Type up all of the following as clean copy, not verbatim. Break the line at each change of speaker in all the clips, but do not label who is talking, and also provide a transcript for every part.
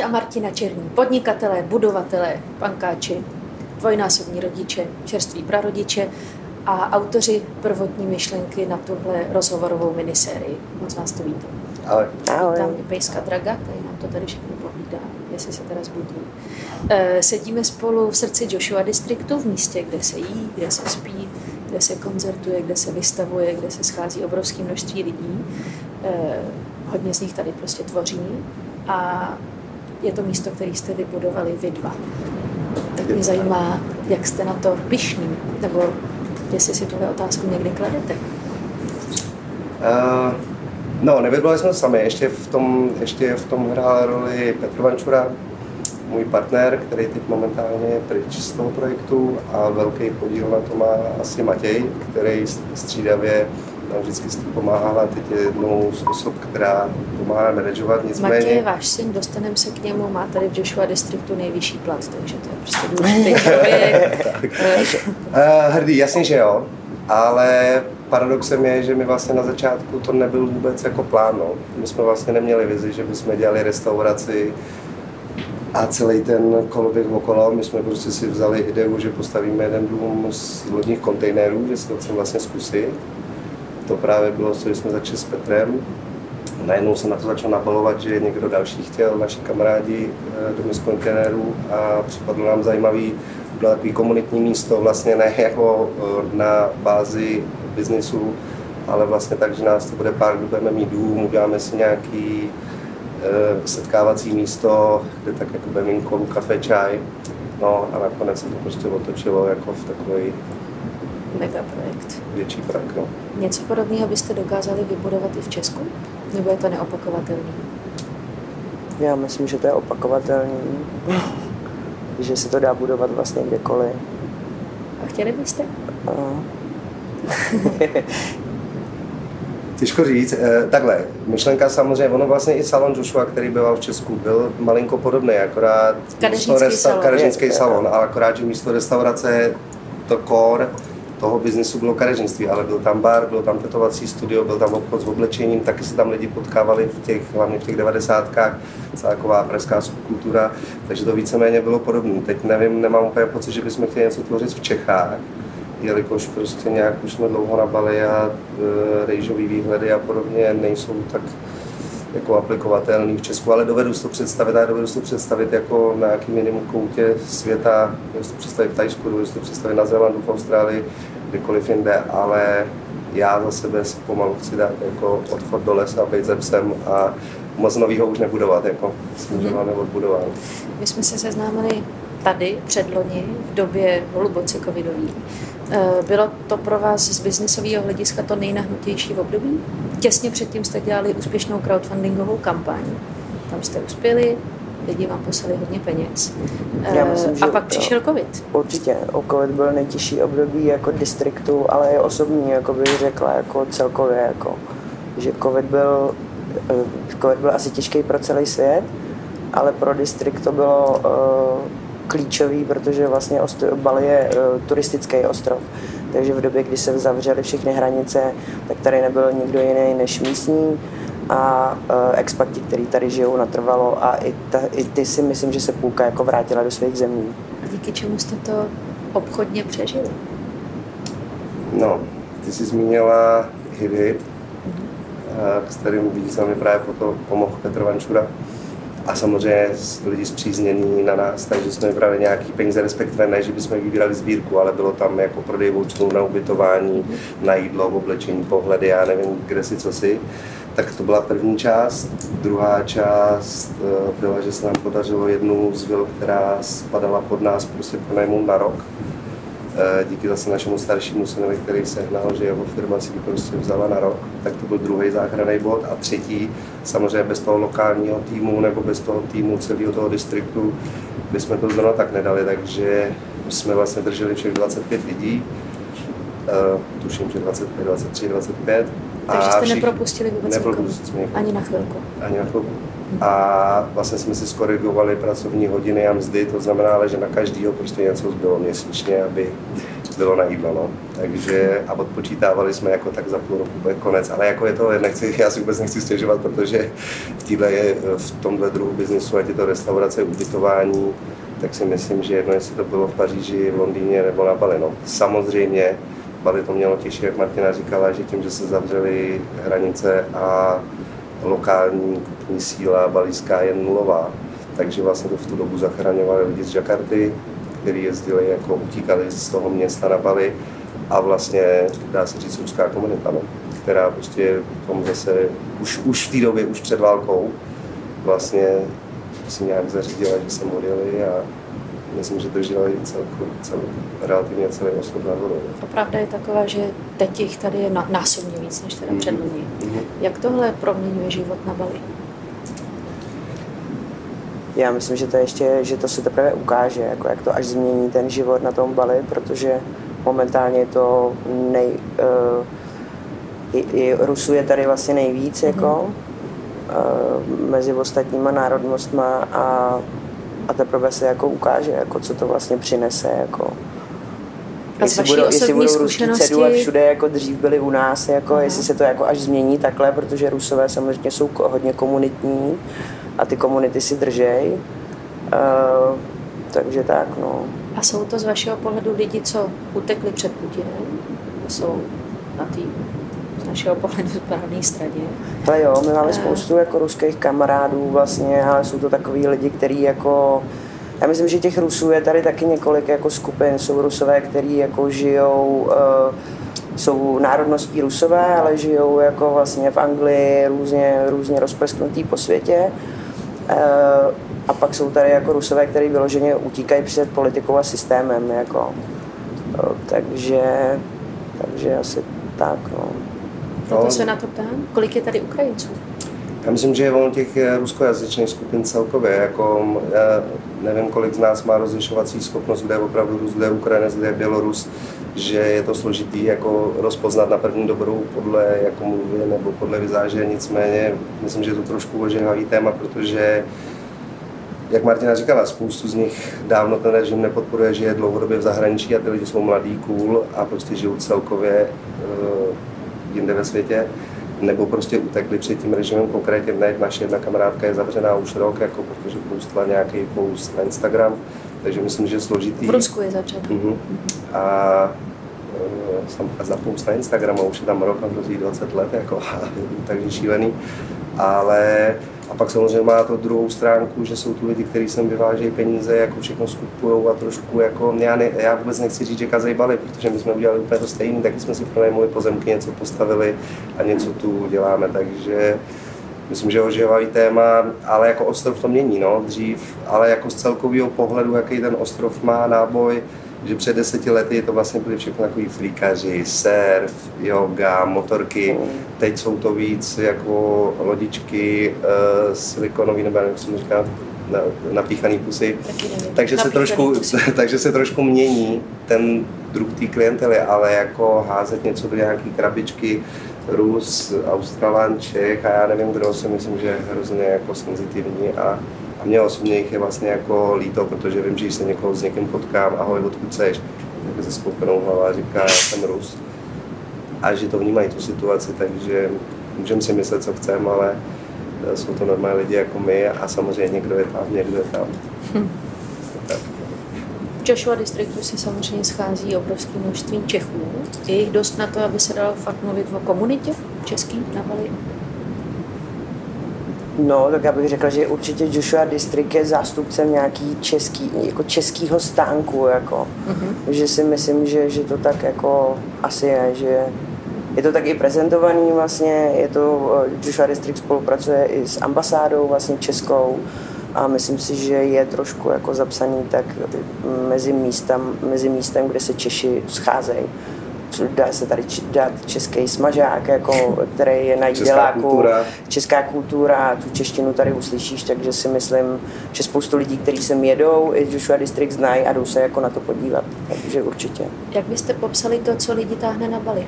Martina Černý, podnikatelé, budovatelé, pankáči, dvojnásobní rodiče, čerství prarodiče a autoři prvotní myšlenky na tuhle rozhovorovou minisérii. Moc nás to vítám.
Ahoj.
Vítám i Pejska Draga, který nám to tady všechno povídá, jestli se teda zbudí. Sedíme spolu v srdci Joshua distriktu, v místě, kde se jí, kde se spí, kde se koncertuje, kde se vystavuje, kde se schází obrovské množství lidí. Hodně z nich tady prostě tvoří a je to místo, které jste vybudovali vy dva. Tak mě zajímá, jak jste na to pyšní, nebo jestli si tuhle otázku někdy kladete.
No, nevybudovali jsme to sami, ještě v tom hrál roli Petr Vančura, můj partner, který teď momentálně je pryč z toho projektu a velký podíl na to má asi Matěj, který střídavě nám vždycky s tím pomáhá, teď je jednou z osob, která pomáhá manažovat, nicméně...
Matěj je váš syn, dostaneme se k němu, má tady v Joshua distriktu nejvyšší plat, takže to je prostě důležitý člověk.
Hrdý, jasně, že jo, ale paradoxem je, že my vlastně na začátku to nebyl vůbec jako plán, no. My jsme vlastně neměli vizi, že bychom dělali restauraci a celý ten koloběh okolo. My jsme prostě si vzali ideu, že postavíme jeden dům z lodních kontejnerů, že si to chceme vlastně zkusit. To právě bylo, co jsme začali s Petrem. Najednou se na to začal nabalovat, že někdo další chtěl, naši kamarádi, domy z kontejnerů a připadlo nám zajímavý, bylo takový komunitní místo, vlastně ne jako na bázi biznisu, ale vlastně tak, že nás to bude pár, kdo budeme mít dům, uděláme si nějaký setkávací místo, kde tak jako budeme mít kolu, kafe, čaj. No a nakonec se to prostě otočilo jako v takový
mega projekt.
Větší prak, no.
Něco podobného byste dokázali vybudovat i v Česku? Nebo je to neopakovatelný?
Já myslím, že to je opakovatelný. Že se to dá budovat vlastně kdekoliv.
A chtěli byste?
Těžko říct. Takhle, myšlenka samozřejmě, ono vlastně i salon Joshua, který byl v Česku, byl malinko podobný, akorát kadeřnický salon, ale akorát, že místo restaurace to core toho biznesu bylo kadeřnictví, ale byl tam bar, byl tam tetovací studio, byl tam obchod s oblečením, taky se tam lidi potkávali hlavně v těch 90kách, celá taková pražská subkultura, takže to víceméně bylo podobné. Teď nevím, nemám úplně pocit, že bychom chtěli něco tvořit v Čechách, jelikož prostě nějak už jsme dlouho nabali a rejžový výhledy a podobně nejsou tak jako aplikovatelný v Česku, ale dovedu si to představit jako na nějakým jiném koutě světa, dovedu si to představit v Thajsku, dovedu si to představit na Zélandu, v Austrálii, kdekoliv jinde, ale já za sebe pomalu chci dát jako odchod do lesa, být ze psem a moc novýho už nebudovat, jako myslím, že máme odbudovat.
My jsme se seznámili tady předloni v době hluboce covidový. Bylo to pro vás z biznisového hlediska to nejnahnutější v období? Těsně předtím jste dělali úspěšnou crowdfundingovou kampaň. Tam jste uspěli, lidi vám poslali hodně peněz.
Myslím,
a pak přišel covid.
Určitě. Covid byl nejtěžší období jako distriktu, ale je osobní, jako bych řekla, jako celkově. Jako, že COVID byl asi těžký pro celý svět, ale pro distrikt to bylo klíčový, protože vlastně Bali je turistický ostrov. Takže v době, kdy se zavřely všechny hranice, tak tady nebyl nikdo jiný než místní a expati, kteří tady žijou natrvalo a i ty si myslím, že se půlka jako vrátila do svých zemí.
A díky čemu jste to obchodně přežili?
No, ty jsi zmínila Hit, s kterým významně právě pomohl Petr Vančura. A samozřejmě lidi zpříznění na nás, takže jsme vybrali nějaký peníze, respektive ne, že bychom vybírali sbírku, ale bylo tam jako prodej voucherů na ubytování, na jídlo, oblečení, pohledy, já nevím, kde si, co si. Tak to byla první část. Druhá část byla, že se nám podařilo jednu z vil, která spadala pod nás, prostě pronajmout na rok. Díky zase našemu staršímu synovi, který sehnal, že jeho firma si ji prostě vzala na rok, tak to byl druhý záchranný bod. A třetí, samozřejmě bez toho lokálního týmu nebo bez toho týmu celého toho distriktu bychom to zrovna tak nedali, takže jsme vlastně drželi všech 25 lidí, tuším, že 25, 23, 25.
Takže jste nepropustili vůbec
ani na chvilku. A vlastně jsme si skorigovali pracovní hodiny a mzdy, to znamená, že na každýho prostě něco zbylo měsíčně, aby bylo na jídlo, no. Takže a odpočítávali jsme jako tak za půl roku bude konec, ale jako je to, já si vůbec nechci stěžovat, protože v tomhle druhu biznisu, ať je to restaurace, ubytování, tak si myslím, že jedno, jestli to bylo v Paříži, v Londýně nebo na Bali. No. Samozřejmě Bali to mělo těžší, jak Martina říkala, že tím, že se zavřely hranice a lokální kupní síla balijská je nulová, takže vlastně to v tu dobu zachraňovali lidi z Jakarty, kteří jezdili, jako utíkali z toho města na Bali a vlastně, dá se říct, ruská komunita, no, která prostě v tom zase už v té době, už před válkou vlastně si nějak zařídila, že se modlili a myslím, že drželi relativně celý Ostrov nad vodou.
A pravda je taková, že teď jich tady je násobně víc než teda před loni. Jak tohle proměňuje život na Bali?
Já myslím, že to ještě, že to se teprve ukáže, jako jak to až změní ten život na tom Bali, protože momentálně to Rusů je tady vlastně nejvíc jako mezi ostatníma národnostma a teprve se jako ukáže, jako co to vlastně přinese, jako jestli budou ruský cedule všude, jako dřív byly u nás, jako jestli se to jako až změní takhle, protože Rusové samozřejmě jsou hodně komunitní a ty komunity si držej, takže tak, no.
A jsou to z vašeho pohledu lidi, co utekli před Putinem? Jsou na té z našeho pohledu správné straně?
Ale jo, my máme spoustu jako ruských kamarádů vlastně, ale jsou to takový lidi, kteří jako já myslím, že těch Rusů je tady taky několik jako skupin. Jsou Rusové, kteří jako žijou, jsou národností Rusové, ale žijou jako vlastně v Anglii, různě rozprsknutý po světě. A pak jsou tady jako Rusové, kteří vyloženě utíkají před politikou a systémem. Jako. Takže asi tak. No.
Proto se na to ptám. Kolik je tady Ukrajinců?
Já myslím, že je volno těch ruskojazyčných skupin celkově. Jako, já nevím, kolik z nás má rozlišovací schopnost, kde je opravdu Rus, kde je Ukrajinec, kde je Bělorus, že je to složitý jako rozpoznat na první dobrou podle jako mluví nebo podle vizáže. Nicméně myslím, že je to trošku ožehavý téma, protože jak Martina říkala, spoustu z nich dávno ten režim nepodporuje, že je dlouhodobě v zahraničí a ty lidi jsou mladí, cool a prostě žijou celkově jinde ve světě. Nebo prostě utekli před tím režimem, konkrétně naše jedna kamarádka je zavřená už rok, jako protože postala nějaký post na Instagram, takže myslím, že je složitý.
V Rusku je zavřená.
A za post na Instagramu už je tam rok, mám 20 let, jako, takže šílený. Ale a pak samozřejmě má to druhou stránku, že jsou tu lidi, kteří sem vyvážejí peníze, jako všechno skupujou a trošku jako, já vůbec nechci říct, že kazej Bali, protože my jsme udělali úplně to stejný, taky jsme si pronajmuli pozemky, něco postavili a něco tu děláme, takže myslím, že oživavý téma, ale jako ostrov to mění, no, dřív, ale jako z celkového pohledu, jaký ten ostrov má náboj, že před 10 lety to vlastně byly všechno takový flíkaři, surf, yoga, motorky. Teď jsou to víc jako lodičky, silikonový, nebo jak jsem říkal, napíchaný pusy. Takže se trošku mění ten druh té klientely, ale jako házet něco do nějaký krabičky, Rus, Australan, Čech a já nevím kdo, si myslím, že je hrozně jako senzitivní a mě osobně jich je vlastně jako líto, protože vím, že když se někoho s někým potkám, ahoj, odkud seš, tak se skoupenou hlava říká, já jsem Rus. A že to vnímají tu situaci, takže můžeme si myslet, co chceme, ale jsou to normální lidi jako my a samozřejmě někdo je tam. Tak.
V Joshua Districtu se samozřejmě schází obrovské množství Čechů. Je jich dost na to, aby se dalo fakt mluvit o komunitě český na Bali?
No, tak já bych řekla, že určitě Joshua District je zástupcem nějaký českýho stánku, jako. Že si myslím, že to tak jako asi je, že je to tak i prezentovaný vlastně, Joshua District spolupracuje i s ambasádou vlastně českou a myslím si, že je trošku jako zapsaný tak mezi místem, kde se Češi scházejí. Dá se tady dát český smažák, jako, který je na jídeláku, česká kultura, tu češtinu tady uslyšíš, takže si myslím, že spoustu lidí, kteří sem jedou, i Joshua District znají a jdou se jako na to podívat, takže určitě.
Jak byste popsali to, co lidi táhne na Bali?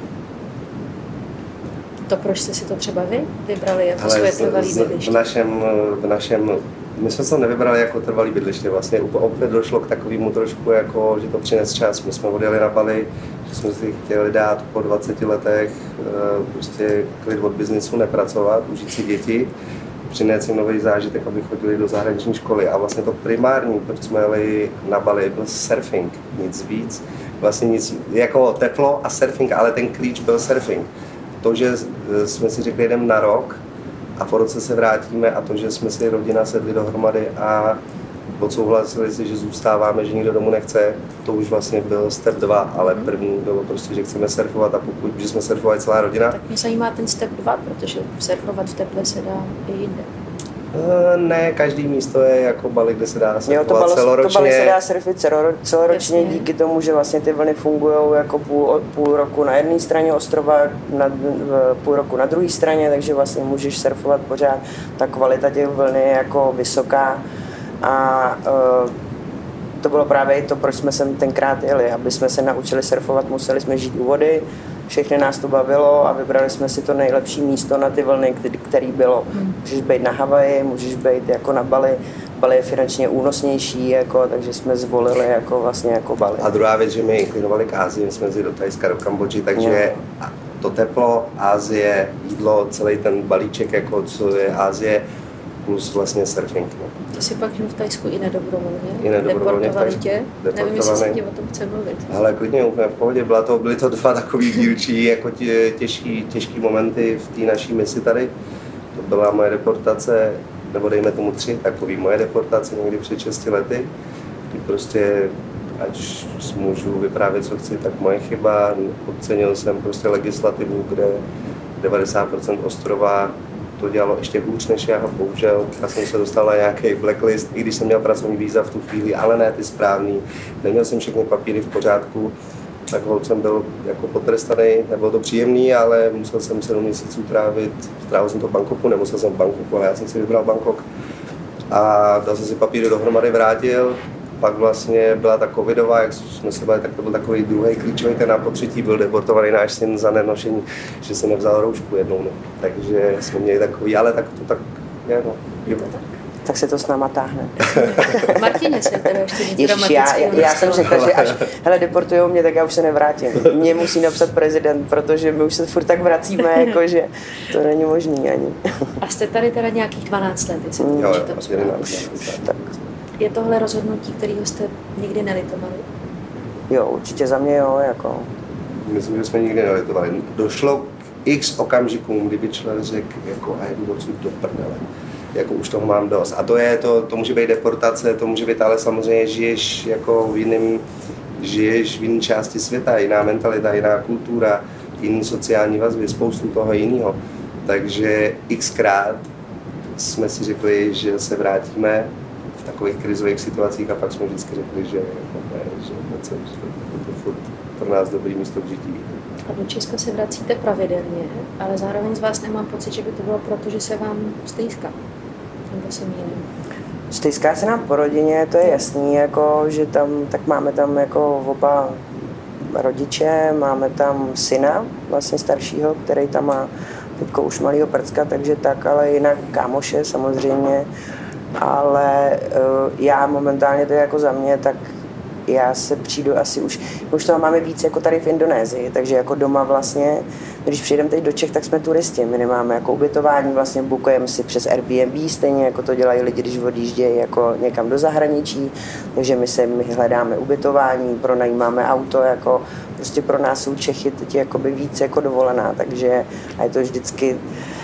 To, proč jste si to třeba vy vybrali jako svoje trvalý bydliště?
V našem My jsme se nevybrali jako trvalý bydliště, vlastně opět došlo k takovému trošku, jako, že to přines čas. My jsme odjeli na Bali, že jsme si chtěli dát po 20 letech prostě klid od biznisu, nepracovat, užít si děti, přinést si nový zážitek, aby chodili do zahraniční školy. A vlastně to primární, proč jsme jeli na Bali, byl surfing, nic víc. Vlastně nic, jako teplo a surfing, ale ten klíč byl surfing. To, že jsme si řekli, jdem na rok, a po roce se vrátíme a to, že jsme si rodina sedli dohromady a odsouhlasili si, že zůstáváme, že nikdo domů nechce, to už vlastně byl step 2, ale první bylo prostě, že chceme surfovat a pokud, že jsme surfovali celá rodina.
Tak mě zajímá ten step 2, protože surfovat v teple se dá i jinde.
Ne, každý místo je jako Bali, kde se dá surfovat celoročně.
To Bali se dá surfit celoročně díky tomu, že vlastně ty vlny fungují jako půl roku na jedné straně ostrova, půl roku na druhé straně, takže vlastně můžeš surfovat pořád. Ta kvalita těch vln je jako vysoká a to bylo právě i to, proč jsme sem tenkrát jeli. Aby jsme se naučili surfovat, museli jsme žít u vody, všechny nás to bavilo a vybrali jsme si to nejlepší místo na ty vlny, který bylo. Můžeš být na Havaji, můžeš být jako na Bali. Bali je finančně únosnější, jako, takže jsme zvolili jako vlastně jako Bali.
A druhá věc, že my inklinovali k Ázii, jsme jeli do Thajska, do Kambodži, takže to teplo, Ázie, jídlo, celý ten balíček, jako co je Ázie, plus vlastně surfing.
To si pak žil v Thajsku i nedobrovolně?
Deportovali
tě? Nevím, jestli se ti o tom chce mluvit.
Ale klidně úplně v pohodě, byly to dva takový dílčí, jako těžký momenty v té naší misi tady. To byla moje deportace, nebo dejme tomu 3, takový moje deportace někdy před 6 lety. Kdy prostě, ať můžu vyprávět, co chci, tak moje chyba. Podcenil jsem prostě legislativu, kde 90% ostrova to dělalo ještě hůř než já, bohužel. Já jsem se dostal na nějaký blacklist, i když jsem měl pracovní víza v tu chvíli, ale ne ty správný. Neměl jsem všechny papíry v pořádku, tak holt jsem byl jako potrestaný. Nebylo to příjemný, ale musel jsem 7 měsíců strávil jsem to v Bangkoku, nemusel jsem v Bangkoku, ale já jsem si vybral Bangkok. A dal jsem si papíry dohromady, vrátil. Pak vlastně byla ta covidová, jak jsme se bavili, tak to byl takový druhý klíčový, ten po 3. byl deportovaný náš syn za nenošení, že si nevzal roušku jednou, no. Takže jsme měli takový, ale tak to tak je, no.
Tak se to s náma táhne.
Martině se teda ještě nic dramatického.
Já jsem řekla, že až deportujou mě, tak já už se nevrátím. Mě musí napsat prezident, protože my už se furt tak vracíme, jako, že to není možný ani.
A jste tady teda nějakých 12 let, jestli to můžete
tak.
Je tohle rozhodnutí, kterého jste nikdy nelitovali?
Jo, určitě za mě jo, jako.
Myslím, že jsme nikdy nelitovali. Došlo k x okamžikům, kdyby člověk řekl, jako a jedu odsud do prdele. Jako už toho mám dost. A to může být deportace, to může být, ale samozřejmě žiješ jako v jiné části světa, jiná mentalita, jiná kultura, jiný sociální vazby, spoustu toho jiného. Takže xkrát jsme si řekli, že se vrátíme v takových krizových situacích a pak jsme vždycky řekli, že je to furt pro nás dobrý místo k žití.
A do Česka se vracíte pravidelně, ale zároveň z vás nemám pocit, že by to bylo proto, že se vám stýská. Nebo se mýlím.
Stýská se nám po rodině, to je jasný, jako, že tak máme tam jako oba rodiče, máme tam syna, vlastně staršího, který tam má teďko už malýho prcka, takže tak, ale jinak kámoše samozřejmě. Ale já momentálně to je jako za mě, tak já se přijdu asi už toho máme víc jako tady v Indonésii, takže jako doma vlastně, když přijdeme teď do Čech, tak jsme turisti, my nemáme jako ubytování, vlastně bookujeme si přes Airbnb, stejně jako to dělají lidi, když odjíždějí jako někam do zahraničí, takže my hledáme ubytování, pronajímáme auto, jako prostě pro nás jsou Čechy teď jakoby víc jako dovolená, takže a je to vždycky,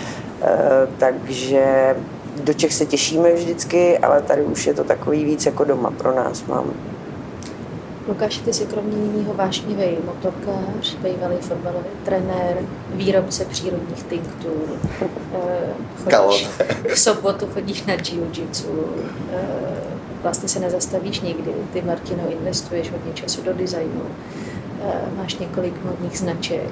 takže do Čech se těšíme vždycky, ale tady už je to takový víc jako doma pro nás máme.
Lukáši, ty jsi kromě jiného vášnivý motorkář, bývalý fotbalový trenér, výrobce přírodních tinktur, v sobotu chodíš na jiu-jitsu, vlastně se nezastavíš nikdy, ty, Martino, investuješ hodně času do designu, máš několik modních značek,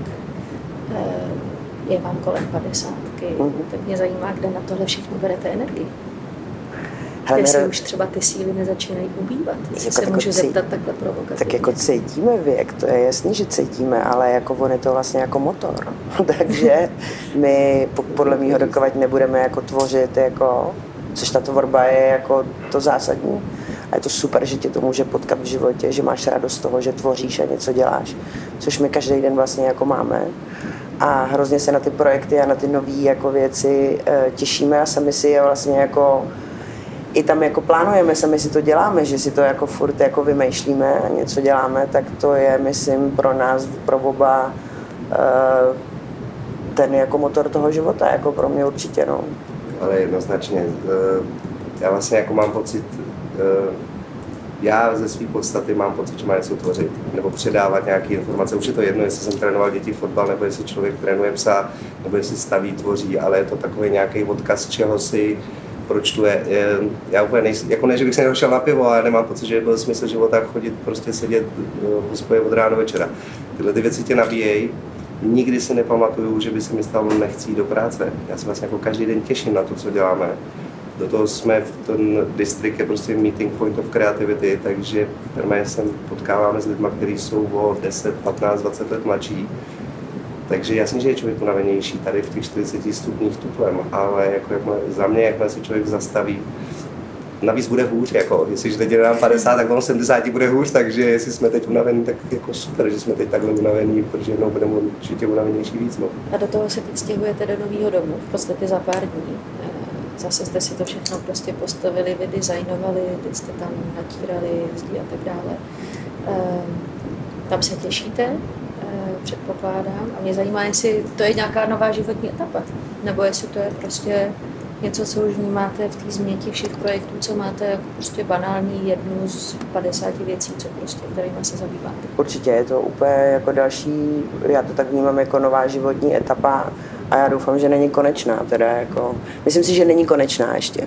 je vám kolem 50. Tak mě zajímá, kde na tohle všechno berete energii. Jestli už třeba ty síly nezačínají ubývat, jestli se můžu zeptat takhle provokativně.
Tak jako cítíme věk, to je jasný, že cítíme, ale jako on je to vlastně jako motor. Takže my podle mýho, dokud nebudeme jako tvořit jako což ta tvorba je jako to zásadní. A je to super, že tě to může potkat v životě, že máš radost z toho, že tvoříš a něco děláš, což my každý den vlastně jako máme. A hrozně se na ty projekty a na ty nové jako věci těšíme a sami si je vlastně jako i tam jako plánujeme, sami si to děláme, že si to jako furt jako vymýšlíme a něco děláme, tak to je, myslím, pro nás, pro oba ten jako motor toho života, jako pro mě určitě, no.
Ale jednoznačně, já vlastně jako mám pocit, já ze své podstaty mám pocit, že má něco tvořit nebo předávat nějaké informace. Už je to jedno, jestli jsem trénoval děti fotbal, nebo jestli člověk trénuje psa, nebo jestli staví, tvoří, ale je to takový nějaký odkaz, čeho si, proč tu je. Já úplně nejsem, jako ne, že bych se nedošel na pivo, ale nemám pocit, že byl smysl života chodit, prostě sedět v hospodě od rána do večera. Tyhle ty věci tě nabíjejí. Nikdy si nepamatuju, že by se mi stalo nechci jít do práce. Já se vlastně jako každý den těším na to, co děláme. Do toho jsme, ten distrikt je prostě meeting point of creativity, takže normálně se potkáváme s lidmi, kteří jsou o 10, 15, 20 let mladší. Takže jasně, že je člověk unavenější tady v těch 40 stupních tuplem, ale jako za mě, jakmile si člověk zastaví, navíc bude hůř, jako, jestliže teď je nám 50, tak 70 bude hůř, takže jestli jsme teď unavení, tak jako super, že jsme teď takhle unavení, protože jednou budeme určitě unavenější víc. No.
A do toho se teď stěhujete do nového domu, v podstatě za pár dní. Zase jste si to všechno prostě postavili, vydizajnovali, teď jste tam natírali zdí a tak dále. Tam se těšíte, předpokládám. A mě zajímá, jestli to je nějaká nová životní etapa, nebo jestli to je prostě něco, co už vnímáte v té změti všech projektů, co máte jako prostě banální jednu z 50 věcí, co prostě, kterými se zabýváte.
Určitě je to úplně jako další, já to tak vnímám jako nová životní etapa a já doufám, že není konečná, teda jako, myslím si, že není konečná ještě.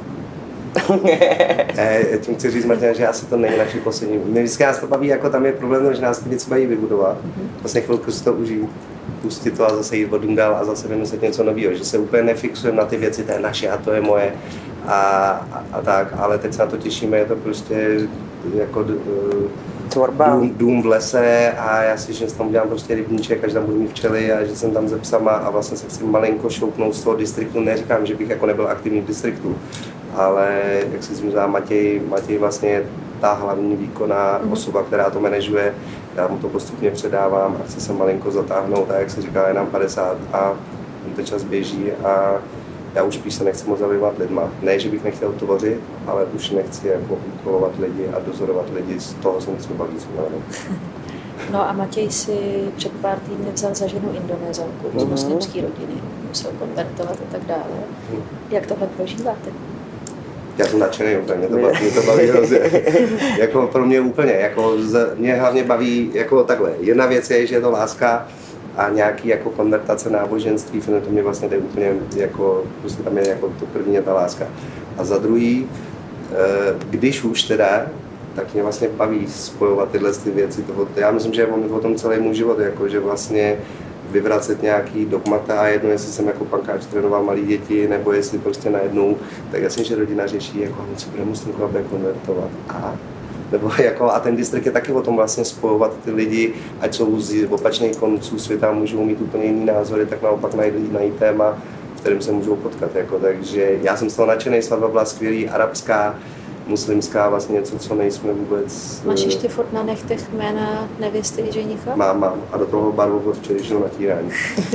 Tím chci říct, Martina, že asi to není naši poslední. Mě vždycky nás to baví, jako tam je problém, že nás ty věci mají vybudovat. Vlastně chvilku si to užít, pustit to a zase jít vodům dál a zase vymyslet něco nového, že se úplně nefixujeme na ty věci, to je naše a to je moje a tak, ale teď se na to těšíme, je to prostě jako dům v lese a já si, že tam udělám prostě rybníček, až tam budu mít včely a že jsem tam se psama a vlastně se chci malinko šoupnout z toho distriktu, neříkám, že bych jako nebyl aktivní v distriktu, ale jak si zmínila Matěj vlastně je ta hlavní výkonná osoba, která to manažuje, já mu to postupně předávám a chci se malinko zatáhnout a jak se říká, je nám 50 a ten čas běží a já už spíš se nechci moc zabývat lidma. Ne, že bych nechtěl tvořit, ale už nechci jako úkolovat lidi a dozorovat lidi, z toho jsem třeba víc unavený.
No a Matěj si před pár týdny vzal za ženu Indonézanku z muslimské rodiny, musel konvertovat a tak dále. Jak tohle prožíváte?
Já jsem nadšený úplně, mě to baví hrozně. Jako pro mě úplně, jako mě hlavně baví jako takhle. Jedna věc je, že je to láska a nějaký jako konvertace náboženství, to mě vlastně jde úplně jako, prostě tam je jako to první je ta láska. A za druhý, když už teda, tak mě vlastně baví spojovat tyhle ty věci. Já myslím, že je o tom celý můj život, jako, že vlastně vyvracet nějaký dogmata a jedno, jestli jsem jako pankáč trénoval malé děti, nebo jestli prostě najednou, tak jasně, že rodina řeší, jako co bude muslimku, aby konvertovat. Nebo jako, a ten distrikt je taky o tom vlastně spojovat ty lidi, ať jsou z opačných konců světa, můžou mít úplně jiný názory, tak naopak najít téma, v kterém se můžou potkat. Jako, takže já jsem z toho nadšený, svatba byla skvělý, arabská, muslimská, vlastně něco, co nejsme vůbec...
Máš ještě furt na nechtech jména nevěsty ženicha?
Mám. A do toho barvu od včerejšího natírání.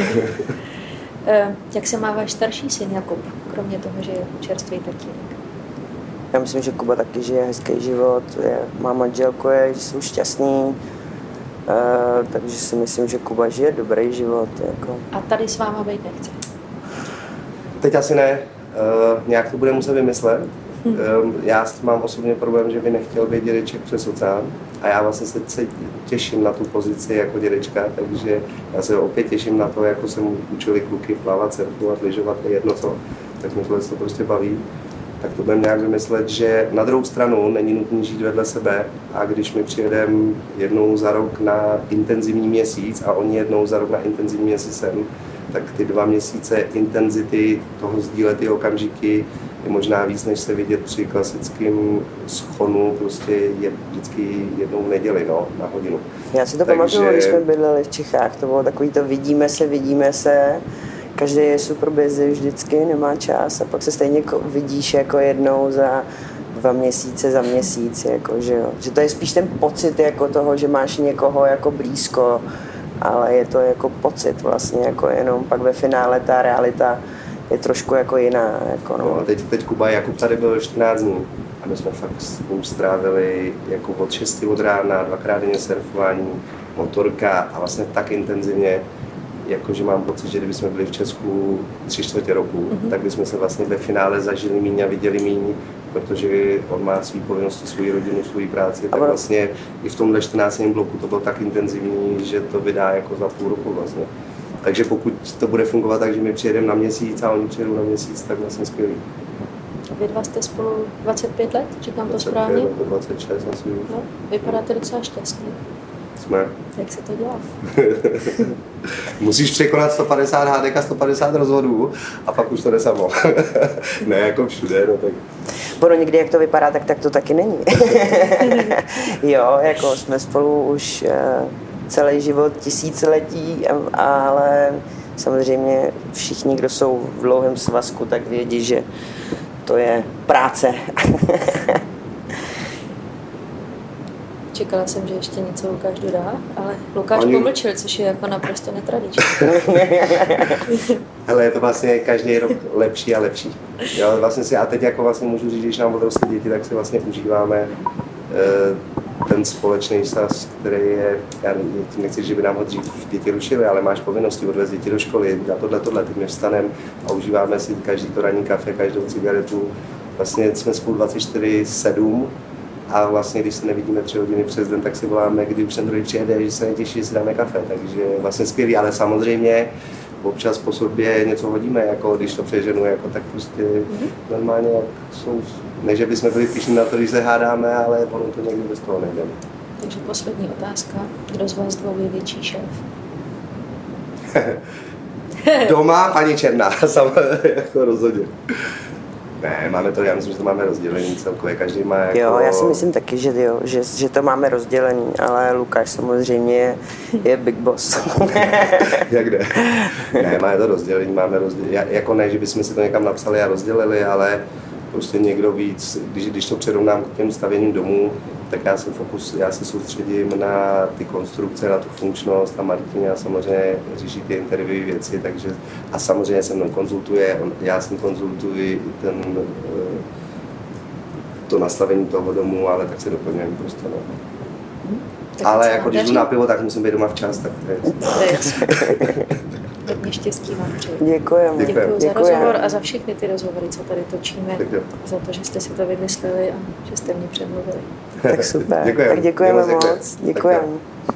Jak se má váš starší syn Jakub, kromě toho, že je čerstvý tatínek?
Já myslím, že Kuba taky žije hezký život, má manželku, že jsou šťastný, takže si myslím, že Kuba žije dobrý život. Jako.
A tady s váma být nechce?
Teď asi ne, nějak to bude muset vymyslet. Já mám osobně problém, že by nechtěl být dědeček přes oceán a já vlastně se těším na tu pozici jako dědečka, takže já se opět těším na to, jako jsem učili kluky plavat, surfovat, lyžovat, jedno co, tak mě to prostě baví. Tak to budeme nějak vymyslet, že na druhou stranu není nutné žít vedle sebe a když my přijedeme jednou za rok na intenzivní měsíc a oni jednou za rok na intenzivní měsíc sem, tak ty 2 měsíce intenzity toho sdílet ty okamžiky je možná víc, než se vidět při klasickém schonu, prostě je vždycky jednou v neděli, na hodinu.
Já si to pamatuju, když jsme bydleli v Čechách, to bylo takový to vidíme se, každý je super busy vždycky, nemá čas a pak se stejně vidíš jako jednou za 2 měsíce, za měsíc, jako, že jo. Že to je spíš ten pocit jako toho, že máš někoho jako blízko, ale je to jako pocit vlastně, jako jenom pak ve finále ta realita je trošku jako jiná. Jako, no.
No, teď Kuba Jakub tady byl 14 dní a my jsme fakt spolu strávili jako od 6 od rána, 2krát denně surfování, motorka a vlastně tak intenzivně, jakože mám pocit, že kdybychom byli v Česku 3/4 roku, tak bychom se vlastně ve finále zažili míň a viděli míň, protože on má svý povinnosti, svou rodinu, svou práci, tak vlastně i v tomhle 14. bloku to bylo tak intenzivní, že to vydá jako za půl roku vlastně. Takže pokud to bude fungovat tak, že my přijedeme na měsíc a oni přijedou na měsíc, tak vlastně skvělý.
Vy dva jste spolu 25 let, říkám to správně?
26 asi už.
No, vypadáte docela šťastný.
Jsme.
Jak se to dělá?
Musíš překonat 150 hádek a 150 rozvodů a pak už to jde samo. Ne jako všude, no tak.
Ono někdy, jak to vypadá, tak to taky není. Jo, jako jsme spolu už celý život, tisíciletí, ale samozřejmě všichni, kdo jsou v dlouhém svazku, tak vědí, že to je práce.
Čekala jsem, že ještě něco Lukáš dodá, ale Lukáš pomlčel, což je jako naprosto netradiční.
Hele, je to vlastně každý rok lepší a lepší. Jo, vlastně si, a teď jako vlastně můžu říct, když nám odrostly děti, tak si vlastně užíváme ten společný čas, který je, já nechci, že by nám ho dřív děti rušili, ale máš povinnosti odvést děti do školy, a tohle, teď my vstaneme a užíváme si každý to ranní kafe, každou cigaretu. Vlastně jsme spolu 24/7 a vlastně, když se nevidíme 3 hodiny přes den, tak si voláme, kdy už ten druhý přijede, že se netěší, že si dáme kafe, takže vlastně skvělý, ale samozřejmě občas po sobě něco hodíme, jako když to přeženu, jako tak prostě normálně jak jsou, ne, že bychom byli pyšní na to, když se hádáme, ale ono to někdy bez toho nejde.
Takže poslední otázka, kdo z vás dvou je větší šéf?
Doma paní Černá, jako rozhodně. Ne, máme to, já myslím, že to máme rozdělený celkově, každý má jako...
Jo, já si myslím taky, že jo, že to máme rozdělený, ale Lukáš samozřejmě je big boss.
Jak jde? Ne, máme to rozdělený, jako ne, že bychom si to někam napsali a rozdělili, ale prostě někdo víc, když to přirovnám k těm stavěním domů, tak já se soustředím na ty konstrukce, na tu funkčnost a Martina samozřejmě řeší ty interview věci, takže a samozřejmě se mnou konzultuje, já s ním konzultuji to nastavení toho domu, ale tak se doplňujeme prostě, no. Ale jako když jdu na pivo, tak musím být doma včas, tak to je jasné.
Hodně štěstí vám přeji.
Děkujeme.
Děkuji za rozhovor a za všechny ty rozhovory, co tady točíme. Za to, že jste si to vymysleli a že jste mě přemluvili.
Tak super. Tak děkujeme moc. Děkujeme.